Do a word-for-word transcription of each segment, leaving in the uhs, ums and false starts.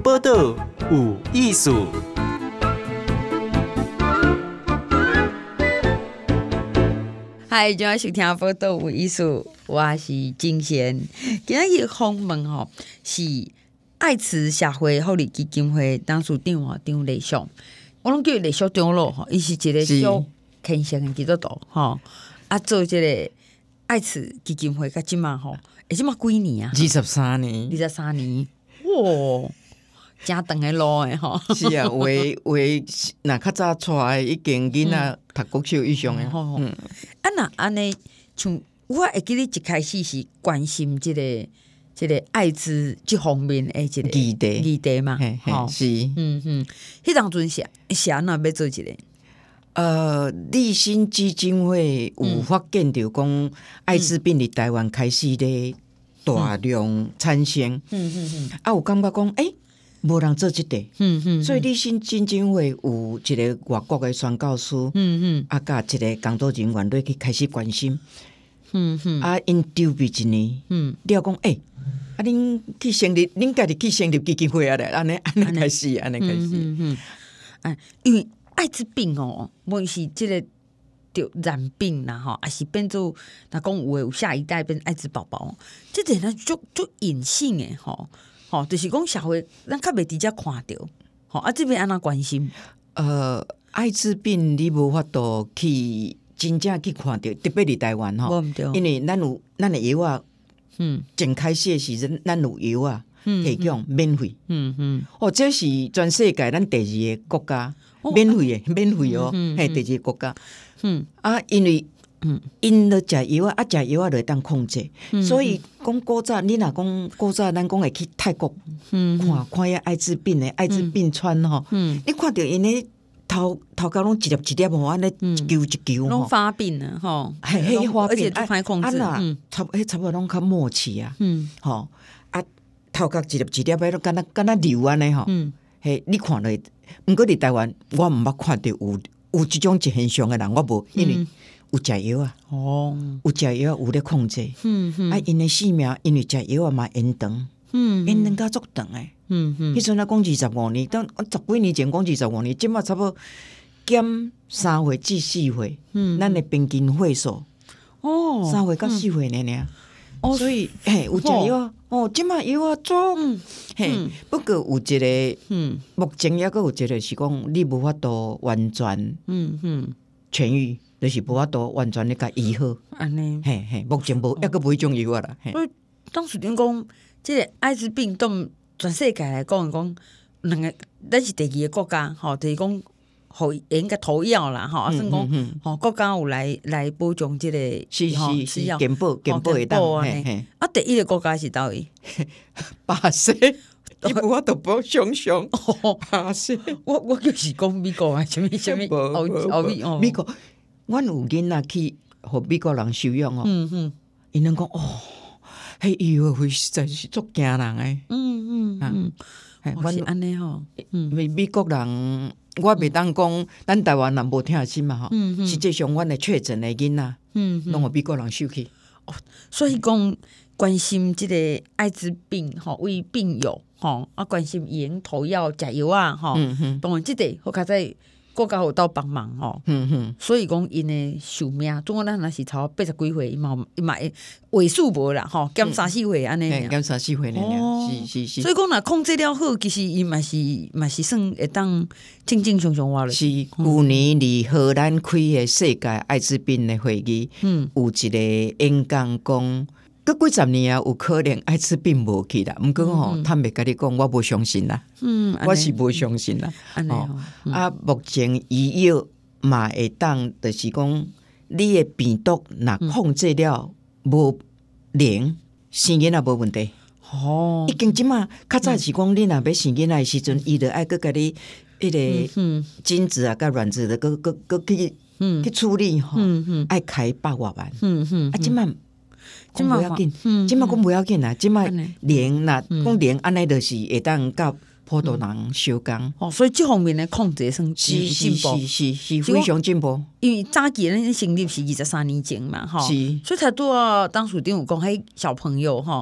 报道有艺术。 嗨，今仔收听报道有艺术，我是金贤。今仔日访问吼是爱慈社会福利基金会董事长吼张丽湘，我拢叫伊丽湘长老吼，伊是一个小虔诚的基督徒吼，啊做即个爱慈基金会，甲即嘛吼，诶，即嘛几年啊？ 二十三年， 二十三年，哇！真长的路诶吼， 是啊，有诶有诶，若较早出来已经囡仔读国小以上诶， 嗯，啊那安尼，像我会记得一开始是关心即、這个即、這个艾滋即方面诶，即个议题议题嘛， 吼，是， 嗯嗯，迄当阵是是安怎要做一个？ 呃，立新基金会有发现着讲，艾滋病伫台湾开始咧大量产生， 嗯嗯嗯， 啊，有感觉讲，诶、欸。无人做即个， 嗯嗯， 所以立新基金会有一个外国的宣教师，嗯嗯，啊，甲一个工作人员咧去开始关心，嗯嗯，啊，因筹备一年，嗯，了讲，诶、欸，啊，恁去成立，恁家己去成立基金会啊咧，安尼安尼开始，安尼开始，嗯嗯， 哎，因为艾滋病哦，无是即个得染病啦吼，还是变做，若讲有诶有下一代变艾滋宝宝，即个呢足足隐性诶吼。吼、哦，就是讲社会，咱较袂直接看到，吼啊，这边安怎关心？ 呃，艾滋病你无法度去真正去看到，特别伫台湾吼，因为咱有咱的药啊，嗯，正开始的时阵，咱有药啊，提供免费，嗯嗯，哦，这是全世界咱第二个国家、哦、免费的，免费哦，嘿、嗯，第二个国家，嗯啊，因为。嗯，因了食药啊，啊食药啊，就会当控制。嗯、所以讲古早，你若讲古早，咱讲会去泰国，嗯、看看遐艾滋病的艾滋病川吼，嗯、你看到因咧头头壳拢一粒一粒吼，安尼一球一球拢发病了吼， 嘿嘿发病， 而且都歹控制， 啊嗯、差迄差不多拢较末期啊，嗯，吼啊头壳一粒一粒诶，都敢若敢若流安尼吼，嗯，嘿，你看落，毋过伫台湾，我毋捌看到有有即種現象诶人，我無，因為。嗯有食藥啊，哦，有食藥有咧控制，嗯嗯，啊，因的性命因为食藥啊嘛延长，嗯，延长甲足长诶，嗯嗯，迄阵啊讲二十五年，當十幾年前講二十五年，即馬差不多減三歲至四歲，嗯，咱的平均歲數，哦，三歲到四歲呢呢，哦，所以嘿有食藥，哦，即馬藥啊足，嗯，嘿，不過有一個，嗯，目前抑閣有一個是講你無法度完全，嗯嗯，痊癒。就是無法度完全咧甲醫好，安尼，嘿嘿，目前無，抑個無迄種藥啦。 所以當時點講，即個艾滋病對全世界來講，講兩個，咱是第二個國家，吼，就是講，互應該投藥啦，吼，啊，算講，吼，國家有來來保障即個， 是是是，健保健保會當，嘿嘿。 啊，第一個國家是倒位？ 巴西，伊無法度保想象，巴西。 我我就是講美國啊，什麼什麼歐歐美哦， 美國。阮有囡仔去互美國人收養哦，嗯嗯，因能講哦，迄醫會實在是足驚人誒，嗯嗯嗯， 我是安尼吼， 因為美國人我袂當講，咱台灣人無聽心嘛吼，實際上阮誒確診誒囡仔，嗯，攏互美國人收去， 哦，所以講關心即個艾滋病吼，為病友吼，啊關心伊用投藥食藥啊吼，嗯嗯，當然即個好較在。國家有到幫忙吼，嗯嗯，所以講因的壽命，總共咱若是超八十幾歲，伊嘛伊嘛會尾數無啦吼，減三四歲安尼， 減三四歲呢，是是是。 所以講若控制了好，其實伊嘛是嘛是算會當正正常常活咧。 是舊年佇荷蘭開嘅世界艾滋病嘅會議，嗯，有一個演講講。過幾十年啊，有可能艾滋病無去啦。毋過吼，坦白甲你講，我無相信啦。嗯，我是無相信啦。哦，啊，目前醫藥嘛會當，就是講你的病毒若控制了無零，生囡仔無問題。哦，已經即馬較早是講你若要生囡仔的時陣，伊就愛閣甲你迄個精子啊，甲卵子的，閣閣閣去去處理吼，愛開百外萬。嗯嗯，啊，即馬。即嘛不要緊，即嘛講不要緊啦，即嘛連啦，講連安尼就是會當甲普通人相共。 哦，所以這方面的控制算進步， 是是是非常進步。 因為早期咱成立是二十三年前嘛，吼，所以才拄啊，當時頂有講迄小朋友吼，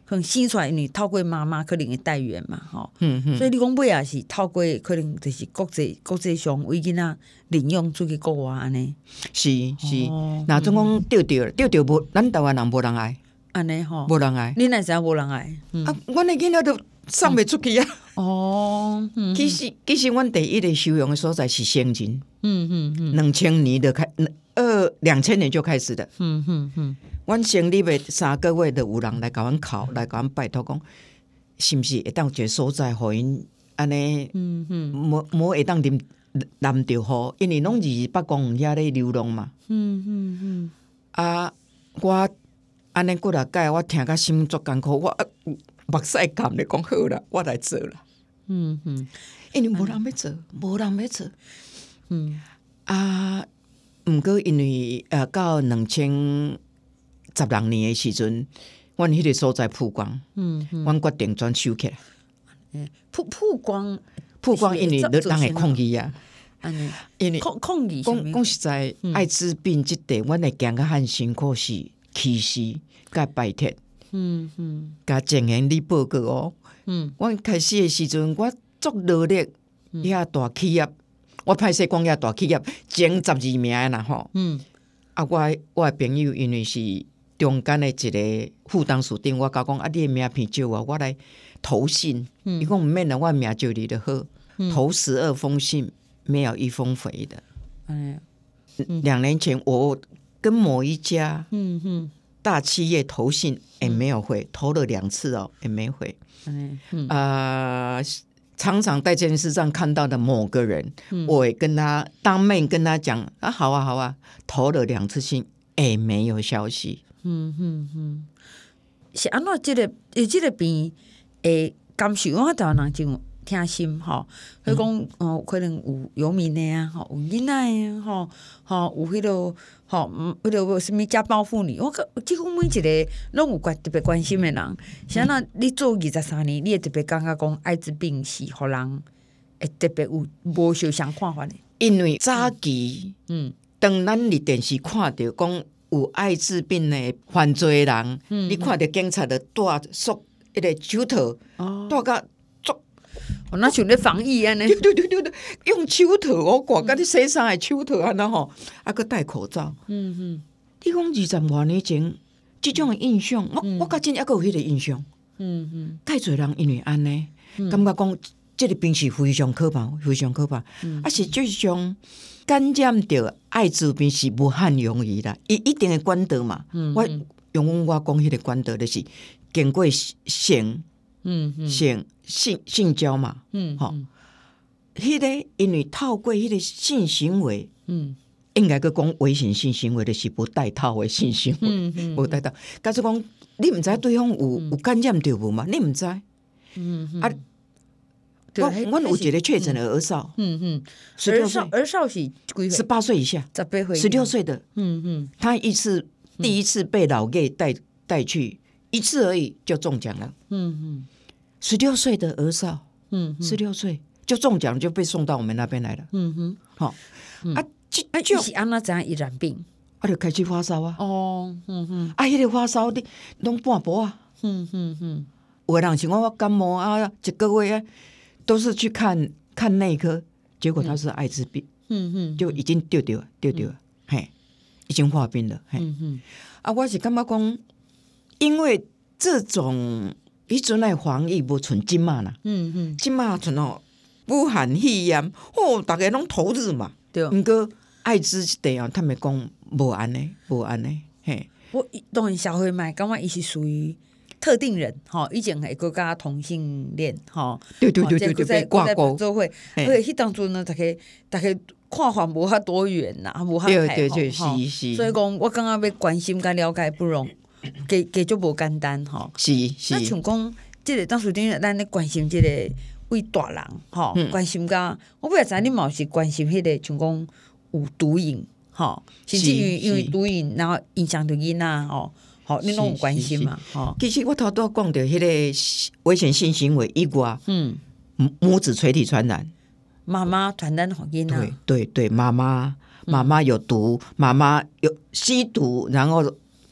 可能生出来，因为透过妈妈可能会带源嘛，吼、 嗯嗯， 所以你讲尾也是透过可能就是国际国际上为囡仔领用出去国外安尼， 是是哦， 那总讲丢丢丢丢无，咱台湾人无人爱， 安尼吼， 无人爱。 你哪知影无人爱？嗯、 啊，阮的囡仔都送袂出去啊。 哦，嗯其实其实，阮第一个收容的所在是先人， 嗯嗯嗯两千年的开，二两千年就开始的。 嗯嗯嗯， 阮成立的三个月，就有人来甲阮考，来甲阮拜托讲，是毋是会当一个所在，互因安尼， 嗯嗯无无会当啉淋着雨，因为拢是北公园遐咧流浪嘛。 嗯嗯嗯， 啊，我安尼过来改，我听甲心足艰苦，我目屎干咧讲好啦，我来做啦。 嗯嗯， 因为无人要做，无人要做。 嗯啊，毋过因为呃，到两千十六年的时阵，阮迄个所在曝光， 嗯嗯， 阮决定转收起来。 曝曝光曝光，因为人会抗议啊， 安尼， 因为抗抗议什么？ 讲讲实在，艾滋病即块，阮会行较很辛苦是歧视、甲摆脱， 嗯嗯甲前言你报告哦。 嗯阮开始的时阵，我足努力，遐大企业，我歹势讲遐大企业前十二名的啦吼。 嗯， 啊，我我的朋友因为是中间的一个副董事长，我甲讲啊，你的名片借我，我来投信。伊讲毋免啦，我名借你就好，投十二封信，没有一封回的。 哎， 两年前我跟某一家嗯嗯大企业投信，也没有回，投了两次哦，也没回。 哎，嗯啊、常常在电视上看到的某个人，我也跟他当面跟他讲啊，好啊好啊，投了两次信，也没有消息。 嗯嗯嗯，是安怎？即个诶，即个病诶，感受我台湾人真有听心吼。佢讲哦，可能有游民的啊，吼，有囡仔的吼，吼有迄落吼，嗯，迄落有啥物家暴妇女，我个几乎每一个拢有关特别关心的人。是安怎？你做二十三年，你会特别感觉讲艾滋病是互人会特别有无相相看法的。 因为早期， 嗯， 当咱伫电视看到讲有艾滋病的犯罪人， 嗯、 你看到警察的带束一个手套，带甲足， 哦，那像咧防疫安尼。 对对对对对，用手套哦，挂甲你洗衫的手套安那吼，啊，佮戴口罩。 嗯嗯， 你讲二十多年前，即种的印象，我、嗯、我甲真还有迄个印象。 嗯嗯， 太侪人因为安尼，感觉讲这个病是非常可怕，非常可怕。嗯、啊，实际上感染着艾滋病是无限容易啦，伊一定的管道嘛。嗯、我用我讲迄个管道就是经过性， 嗯嗯， 性性性交嘛。嗯，吼、嗯，迄、那个因为透过迄个性行为，嗯。应该个讲危险性行为的是不带套的性行为，嗯嗯、不带套。假设讲你唔知对方有、嗯、有感染着无嘛？你唔知。嗯嗯、啊，我我有一个确诊的儿少， 嗯嗯，儿少儿少是几岁？ 十八岁以下， 十八岁， 十六岁的。 嗯嗯， 他一次第一次被老 gay 带带去一次而已就中奖了。嗯嗯，十六岁的儿少，嗯，十六岁就中奖就被送到我们那边来了。嗯哼，好、哦、啊。 啊，就是安怎知影伊染病？ 啊，就开始发烧啊！ 哦，嗯嗯， 啊，迄、那个发烧你拢半波啊！嗯嗯嗯，有的人像我感冒啊，一个月啊，都是去看看内科，结果他是艾滋病，嗯嗯，就已经丢丢丢丢，嘿，已经发病了，嘿，嗯嗯，啊，我是感觉讲，因为这种以前的防疫无像今嘛啦，嗯嗯，今嘛像哦武汉肺炎，哦，大家拢投入嘛。对，毋过艾滋这样，他们讲无安尼，无安尼，嘿。 我当然社会嘛，感觉伊是属于特定人，吼，以前系国家同性恋，吼， 对对对对对，被挂钩做伙，而且迄当中呢，大家大家看法无遐多元呐，无遐对对对，是是。 所以讲，我感觉要关心甲了解不容易，加加足无简单，吼。 是是。 那像讲，即个当初顶咱咧关心即个。为大人吼、嗯、关心甲，我不晓得你嘛是关心迄、那个像讲有毒瘾吼，甚至于因为毒瘾然后影响到囡仔吼，吼你拢有关心嘛吼。 其实我头拄讲到迄个危险性行为以外，嗯，母子垂体传染， 妈妈传染互囡仔， 对对对，妈妈妈妈有毒，妈妈有吸毒，然后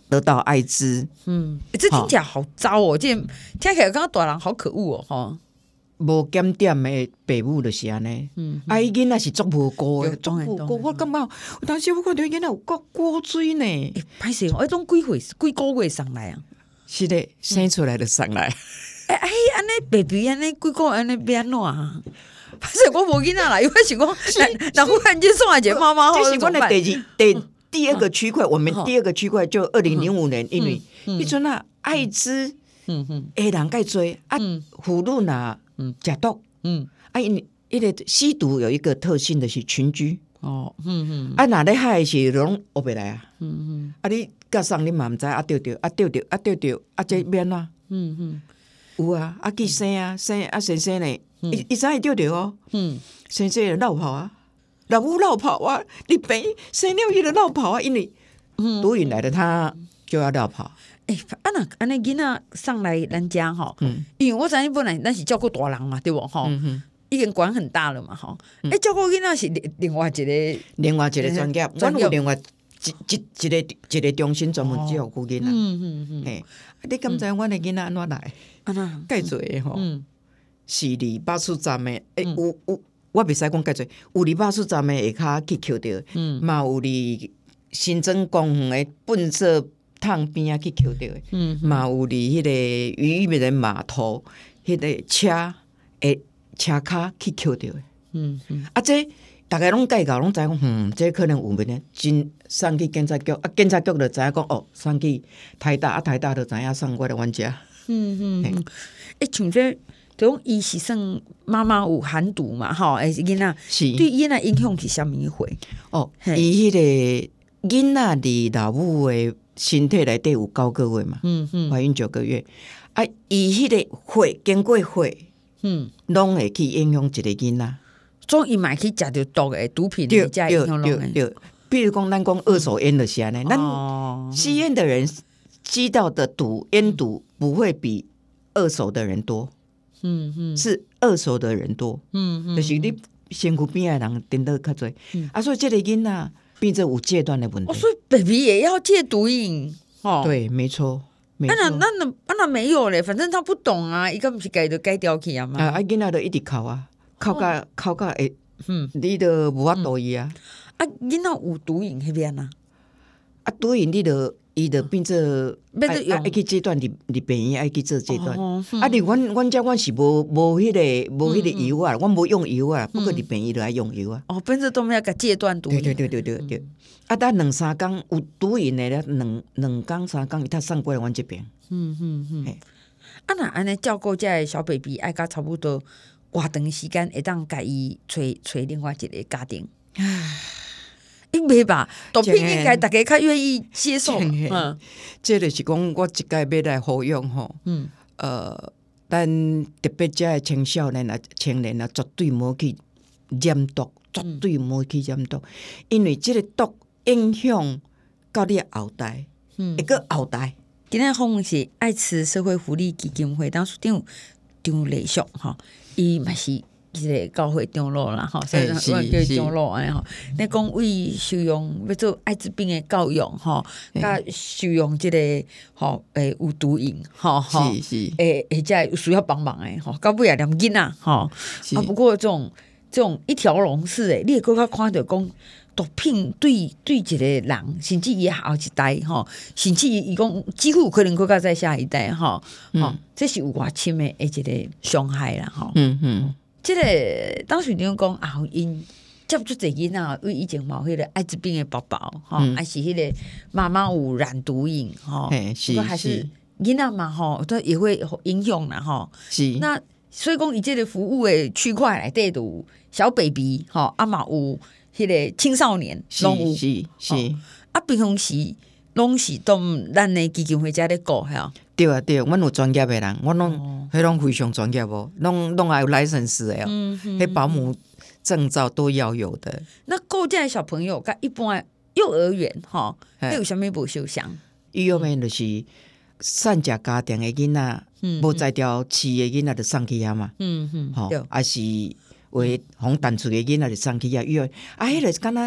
得到艾滋。 嗯，欸、这听起来好糟哦，这听起来刚刚大人好可恶哦，哈。 无检点的父母就是安尼，嗯，啊，伊囡仔是足无辜的，足无辜。我感觉，有当时我看到囡仔有够过水呢。 歹势哦，迄种几岁、几个月上来啊？ 是的，生出来就上来。 哎哎，安尼 baby 安尼几个安尼变怎啊？歹势我无囡仔啦，因为想讲，那忽然间送来一个妈妈， 这是我的第二第第二个区块，我们第二个区块就二零零五年，因为迄阵啊，艾滋，嗯嗯，诶人介多啊，妇女啊。嗯，假毒，嗯，啊，因因为吸毒有一个特性的是群居，哦，嗯嗯，啊，哪咧害是拢学不来啊，嗯嗯，啊，你加上你嘛唔知啊，丢丢啊，丢丢啊，丢丢啊，这免啊，嗯嗯，有啊，啊，去生啊，生啊，生生咧，伊伊知会丢丢哦，嗯，生生的绕跑啊，老母绕跑啊，你病生了伊就绕跑啊，因为毒瘾来了，他就要绕跑。 哎、欸，啊那安尼囡仔上来咱家吼，嗯、因为我知影本来咱是照顾大人嘛，对不吼？嗯、已经管很大了嘛，吼。哎、嗯欸，照顾囡仔是另外一个， 另外一个专业，专有另外一一一个一个中心专门照顾囡仔。嗯嗯嗯。嘿，你敢知阮的囡仔安怎来？安那介济的吼，是离巴士站的，诶、欸，有有，我袂使讲介济，有离巴士站的下骹去捡着，嗯，嘛有离新增公园的粪色。塘边啊去捡到的，嗯，嘛有离迄个渔人码头迄个车诶车卡去捡到的，嗯嗯，啊这大家拢介绍拢知影讲，嗯，这可能有问题，真送去检察局，啊检察局就知影讲，哦，送去台大，啊台大就知影送过来阮家，嗯嗯， 诶，像这种伊是算妈妈有含毒嘛，吼，诶囡仔是对囡仔影响是啥物货？ 哦，伊迄个囡仔离老母诶。身体内底有九个月嘛，嗯嗯，怀孕九个月，啊，伊迄个血经过血，嗯，拢会去影响一个囡仔。 总伊买去食着毒的毒品，对对对对。比如讲，咱讲二手烟的是安尼，咱吸烟的人吸到的毒烟毒不会比二手的人多，嗯嗯，是二手的人多，嗯嗯，就是你身躯边的人顶得较多，啊，所以这个囡仔。并且有戒断的问题， 哦，所以 baby 也要戒毒瘾，哦， 对，没错，没错。 那那那那那没有嘞，反正他不懂啊，伊个不是改就改掉去啊嘛。 啊，啊，囡仔就一直哭啊，哭到哭到会，嗯，你都无法度伊啊。 啊，囡仔有毒瘾迄边啊， 啊，毒瘾你就伊就变做爱爱去戒断，入入病院爱去做戒断。啊，你阮阮家阮是无无迄个无迄个油啊，阮无用油啊，不过入病院就爱用油啊。 哦，变做都要甲戒断毒瘾。 对对对对对对。啊，等两三工有毒瘾的了，两两工三工伊才送过来阮这边。嗯嗯嗯。 啊，那安尼照顾这个小 baby 爱甲差不多偌长时间会当甲伊找找另外一个家庭。应袂吧？毒品应该大家较愿意接受。嗯， 这就是讲我一届要来呼吁吼。嗯，呃，咱特别这的青少年啊、青年啊，绝对无去染毒，绝对无去染毒，因为这个毒影响到你后代，嗯，一个后代。 今天访问是爱慈社会福利基金会当属长张丽淑吼，伊嘛是。一个教会长老啦，吼，所以我叫长老安尼吼。你讲为收容要做艾滋病的教育吼，甲收容即个吼诶有毒瘾吼吼，是是诶，或者有需要帮忙诶吼，到尾也念囡仔吼。啊，不过这种这种一条龙式诶，你会更较看到讲毒品对对一个人，甚至伊后一代吼，甚至伊讲几乎可能更较在下一代吼，吼，这是有偌深诶一个伤害啦吼。嗯嗯。即个当时你讲啊，因接触这囡仔，为以前冇迄个艾滋病的宝宝，吼、嗯，还是迄个妈妈有染毒瘾，吼，不过还是囡仔嘛，吼，都也会影响啦，吼。是。那所以讲，以这个服务的区块内底有小 baby， 吼，啊嘛有迄个青少年，拢有是是。 啊，平常时拢是都咱的基金会遮咧顾，吓。 对啊对啊，阮有专业的人，阮拢迄拢非常专业哦，拢拢还有 license 的哦，嗯嗯，迄保姆证照都要有的。 那顾这小朋友，甲一般幼儿园哈，迄有啥物无相像？ 幼儿园就是善食家庭的囡仔，无在条饲的囡仔就送去遐嘛，嗯嗯，吼，还是为红淡水的囡仔就送去遐幼儿，啊，迄个敢若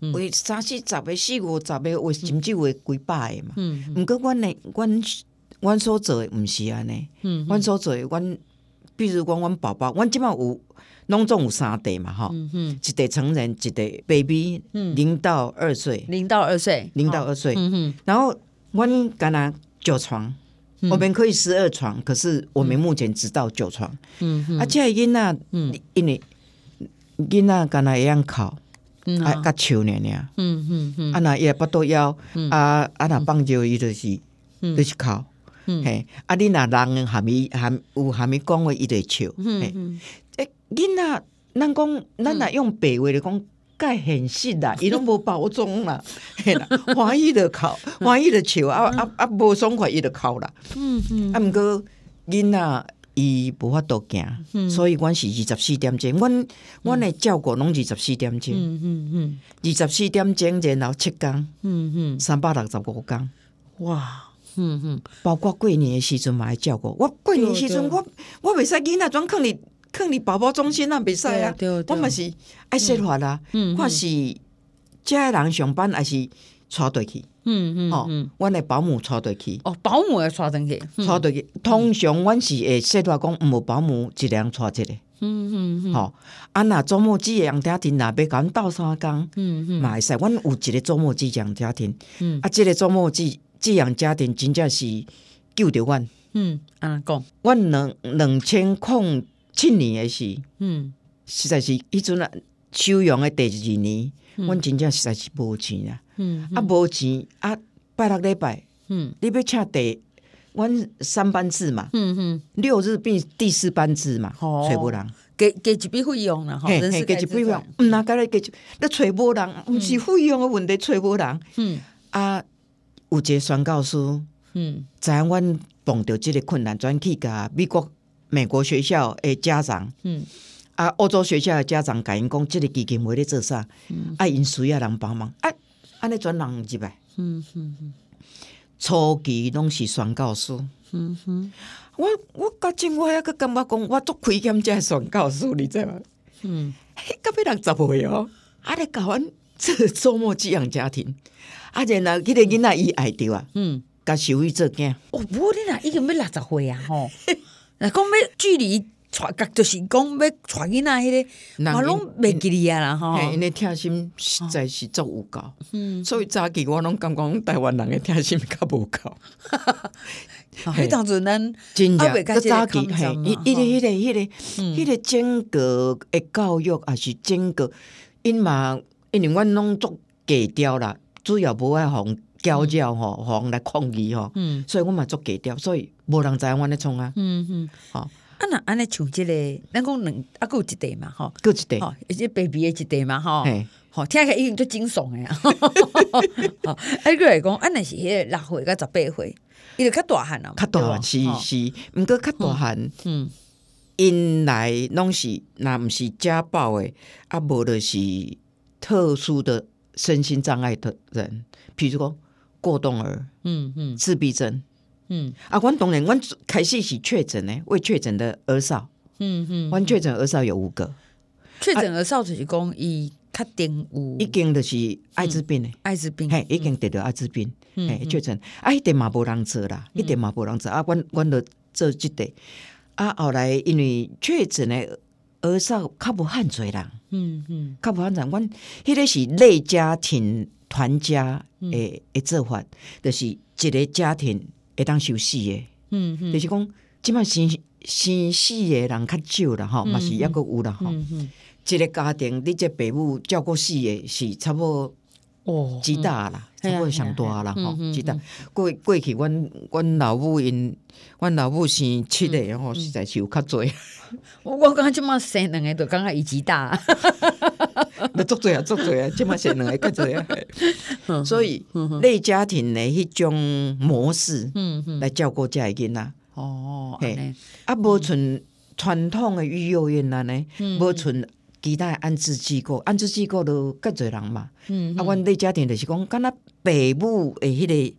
为三四十个、四五十个，为甚至为几百个嘛。嗯，毋过阮诶，阮阮所做诶毋是安尼。嗯，阮所做诶，阮比如讲，阮宝宝，阮即摆有拢总有三代嘛，吼。嗯嗯，一代成人，一代 baby， 零到二岁， 零到二岁， 零到二岁。嗯嗯，然后阮敢若九床。我们可以十二床，可是我们目前只到九床。嗯嗯，啊，这囡仔，因为囡仔敢若会晓哭，啊，甲笑呢呢。嗯嗯嗯，啊，若伊巴肚枵，啊啊，若放尿伊就是就是哭。嘿，啊，你若人含伊含有含伊讲话，伊就笑。嘿，诶，囡仔，咱讲咱若用白话来讲。介现实啦，伊拢无包装啦，嘿啦，欢喜就哭，欢喜就笑，啊啊啊，无爽快伊就哭啦。嗯嗯，啊，毋过囡仔伊无法度行，所以阮是二十四点钟，阮阮的照顾拢二十四点钟。嗯嗯嗯，二十四点钟然后七工，嗯嗯，三百六十五工，哇，嗯嗯，包括过年的时阵嘛爱照顾。我过年时阵，我我袂使囡仔转囥哩。囥伫宝宝中心啊，袂使啊！我嘛是爱说法啦。我是遮个人上班，还是带倒去。嗯嗯，哦，阮的保姆带倒去。 哦，保姆会带倒去， 带倒去。通常阮是会说法讲，毋无保姆一个人带一个。嗯嗯嗯。吼，啊，若周末子样家庭若要甲阮斗三工，嗯嗯，嘛会使。阮有一个周末子样家庭，嗯，啊，即个周末子子样家庭真正是救着阮。 嗯，安讲， 阮两两千空。七年的是，嗯，实在是迄阵啊，收容的第二年，阮、嗯、真正实在是无钱啊，嗯，嗯啊无钱啊，拜六礼拜，嗯，你要请第，阮三班制嘛，嗯嗯，六日变第四班制嘛，哦，找无人， 加加一笔费用啦， 嘿，嘿，加一笔费用，毋哪甲你加一，你找无人，毋是费用的问题，找无人，嗯，啊，有一个宣教师，嗯，知影阮碰到即个困难，转去甲美國。美国学校的家长，嗯，啊，欧洲学校的家长甲因讲，这个基金会咧做啥？嗯，啊，因需要人帮忙，啊，安尼转人入来，嗯嗯嗯，初期拢是宣教师，嗯哼，我我甲正我还个感觉讲，我足亏欠这宣教师，你知吗？嗯，迄到尾六十岁哦，啊，咧甲阮做周末寄养家庭，啊，然后迄个囡仔伊爱着啊，嗯，甲收伊做囝， 哦，不过你若已经要六十岁啊，吼。若讲要距离带，就是讲要带囡仔迄个，我拢袂记哩啊啦吼。 因为疼心实在是足有够，嗯，所以早期我拢感觉台湾人的疼心较无够。 迄当阵咱真正，个早期嘿，伊伊个迄个迄个迄个整个的教育，还是整个因嘛，因为阮拢足低调啦，主要无爱互教教吼，互来抗议吼，嗯，所以我嘛足低调，所以。无人知影阮咧创啊，嗯嗯， 吼，啊若安尼像即个，咱讲两啊，佫有一代嘛，吼， 佫一代， 吼，而且 baby 的一代嘛，吼，吼，听起来已经足惊悚诶啊，吼，啊，佫来讲，啊，若是迄个六岁甲十八岁，伊就较大汉啊， 较大汉是是，毋过较大汉，嗯，因来拢是，若毋是家暴诶，啊，无就是特殊的身心障碍的人，譬如讲过动儿，嗯嗯，自闭症。嗯啊，阮当然，阮开始是确诊的，未确诊的儿少。嗯嗯，阮确诊儿少有五个。 确诊儿少就是讲伊确定有， 已经就是艾滋病的， 艾滋病， 嘿，已经得到艾滋病，嘿，确诊。啊，迄点嘛无人做啦，迄点嘛无人做。啊，阮阮就做即个。啊，后来因为确诊的儿少较无汉侪人，嗯嗯，较无汉侪。阮迄个是类家庭团家诶诶做法，就是一个家庭。会当收死的，嗯嗯，就是讲，即摆生生死的人较少啦，吼，嘛是抑佫有啦，吼。一个家庭，你这父母照顾死的是差不多哦，极大啦，差不多上大啦，吼，极大。过过去，阮阮老母因，阮老母生七个，吼，实在是有较侪。 我我感觉即摆生两个，就感觉伊极大。 那足侪啊，足侪啊，即摆生两个较侪啊。所以类家庭的迄种模式，来照顾遮个囡仔。哦，嘿，啊，无存传统的育幼院安尼，无存其他安置机构，安置机构都较侪人嘛。啊，阮类家庭就是讲，敢若父母的迄个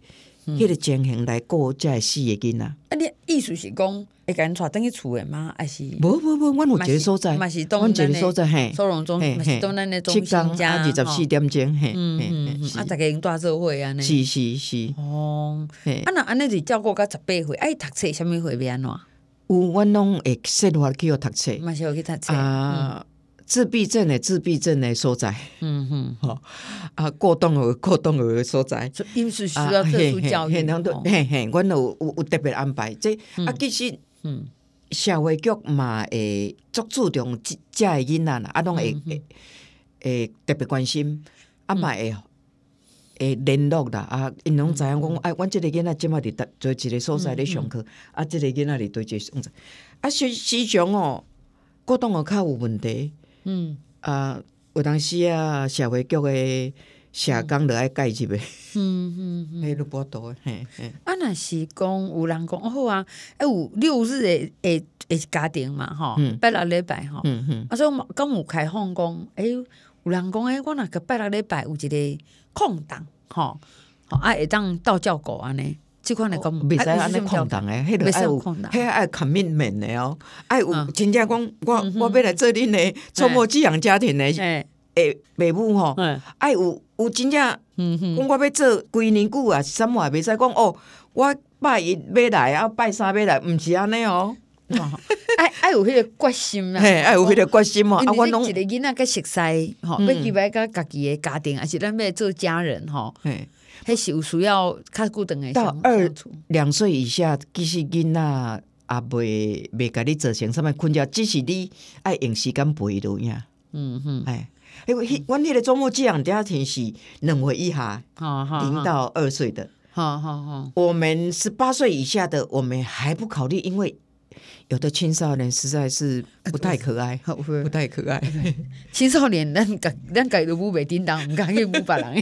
迄个情形来顾这四个囡仔。 啊，你意思是讲会甲因带转去厝诶吗？还是？ 无无无，阮有一个所在， 嘛是阮一个所在，嘿， 收容中，嘛是当咱诶中心家， 家， 二十四点钟，嘿， 嗯嗯嗯，啊，大家因带做伙安尼， 是是是， 哦，啊那安尼是照顾到十八岁，哎，读册啥物岁要安怎？ 有，阮拢会说话去学读册， 嘛是有去读册啊。自闭症的自闭症的所在， 嗯哼， 吼啊，过动儿过动儿的所在， 因是需要特殊教育， 嘿嘿，阮有有有特别安排。这啊，其实，嗯，社会局嘛会足注重这这个囡仔啦，啊，拢会会会特别关心，啊嘛会会联络啦，啊，因拢知影讲，哎，阮这个囡仔即马伫做一个所在咧上课，啊，这个囡仔伫对一个所在，啊，时时常哦，过动儿较有问题。嗯啊，有当时啊，社会局的社工就爱介入的，嗯嗯嗯，迄都无多的，嘿嘿。 啊，若是讲有人讲好啊，哎有六日的诶诶家庭嘛，吼，拜六礼拜吼，嗯嗯，啊所以敢有开放讲，哎有人讲诶，我若个拜六礼拜有一个空档，吼，吼啊会当到照顾安尼。即款来讲， 袂使安尼空档诶，迄个爱有，迄爱 commitment 诶哦，爱有真正讲，我我要来做恁诶周末寄养家庭诶诶父母吼，爱有有真正，讲我要做几年久啊，啥物也袂使讲哦，我拜一要来啊，拜三要来，毋是安尼哦。 爱爱有迄个决心啦， 嘿，爱有迄个决心哦。啊， 我拢一个囡仔较熟悉吼，要期待甲家己诶家庭，还是咱要做家人吼。迄是有需要较固定诶。 到二两岁以下，其实囡仔也袂袂甲你造成什么困扰，只是你爱用时间陪落呀。嗯哼，哎，因为阮迄个周末寄养家庭是两岁以下，零到二岁的。好好好，我们十八岁以下的，我们还不考虑，因为有的青少年实在是不太可爱，不太可爱。 青少年，咱家咱家都母袂叮当，唔敢去母别人。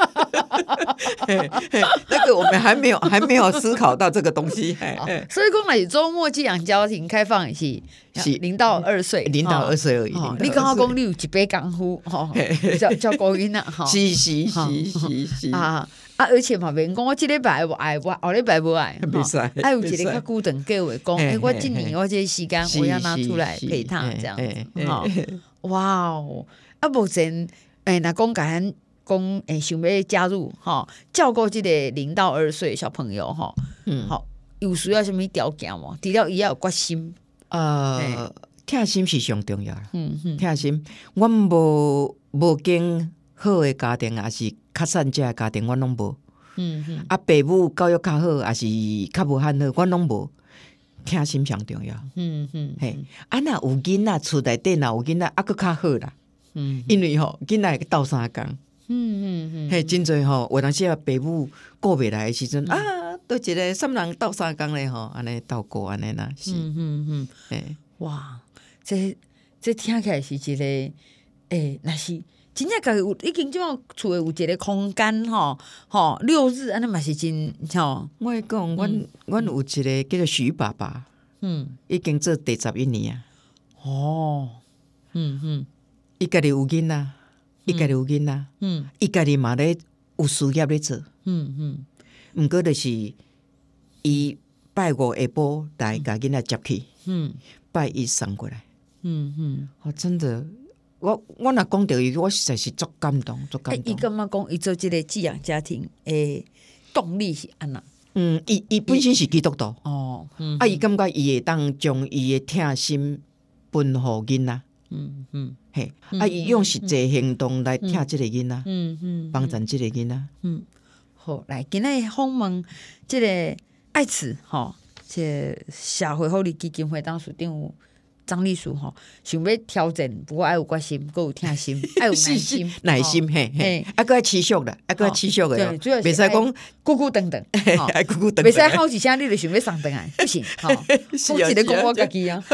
那个我们还没有还没有思考到这个东西， 所以讲来周末寄养家庭开放的是是零到二岁， 零到二岁而已。 你刚刚讲你有一杯功夫，照照顾囡仔， 是是是是是啊啊！而且嘛，别讲我这礼拜我爱，我后礼拜不爱， 袂使。 还有一个较固定计划，讲哎，我今年我这时间我要拿出来陪他这样子。哇哦！啊，目前哎，那讲甲咱。讲诶，想要加入哈，照顾即个零到二岁小朋友哈，嗯，好，有需要什么条件无？除了伊要有决心， 呃，疼心是上重要啦，嗯嗯，疼心，阮无无经好诶家庭，也是较善食诶家庭，阮拢无，嗯嗯，啊，父母教育较好，也是较无罕好，阮拢无，疼心上重要，嗯嗯，嘿，啊，若有囡仔厝内底若有囡仔，啊，佫较好啦，嗯，因为吼囡仔会斗相共。嗯嗯嗯，嘿，真侪吼，有当时啊，父母顾袂来诶时阵、嗯、啊，都一个三人斗三工咧吼，安尼斗过安尼啦，是，嗯嗯嗯， 嘿，哇，这这听起来是一个，诶、欸，那是真正家己有已经即种厝诶有一个空间吼，吼六日安尼嘛是真吼。 我会讲，阮阮、嗯、有一个叫做徐爸爸，嗯，已经做第十一年啊。哦，嗯嗯，伊家己有囡仔。伊家己有囡仔，嗯，伊家己嘛咧有事业咧做，嗯嗯，毋过就是伊拜五下晡来甲囡仔接去，嗯，拜一送过来，嗯嗯，我真的，我我若讲到伊，我实在是足感动，足感动。 伊感觉讲伊做即个寄养家庭诶动力是安那？ 嗯，伊伊本身是基督徒，哦，嗯、啊，伊感觉伊会当将伊诶疼心分互囡仔。嗯嗯，嘿，啊，伊用实际行动来疼即个囡仔，嗯嗯，帮助即个囡仔，嗯， 好，来今日访问即个爱慈吼，即个社会福利基金会当属长张丽淑吼，想要挑战，不过爱有决心，够有疼心，爱有耐心， 耐心，嘿嘿，啊，个爱持续啦，啊，个爱持续的，袂使讲久久等等， 爱久久等， 袂使好几声你就想要上等来，不行，好，我一个讲我家己啊，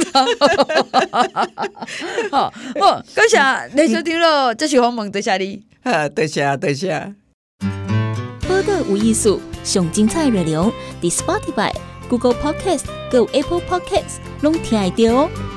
好，好，感谢你收听咯，这是访问，多谢你， 啊，多谢多谢。 报道有艺术，上精彩内容，伫 Spotify、Google Podcast、Go Apple Podcasts，拢听得到哦。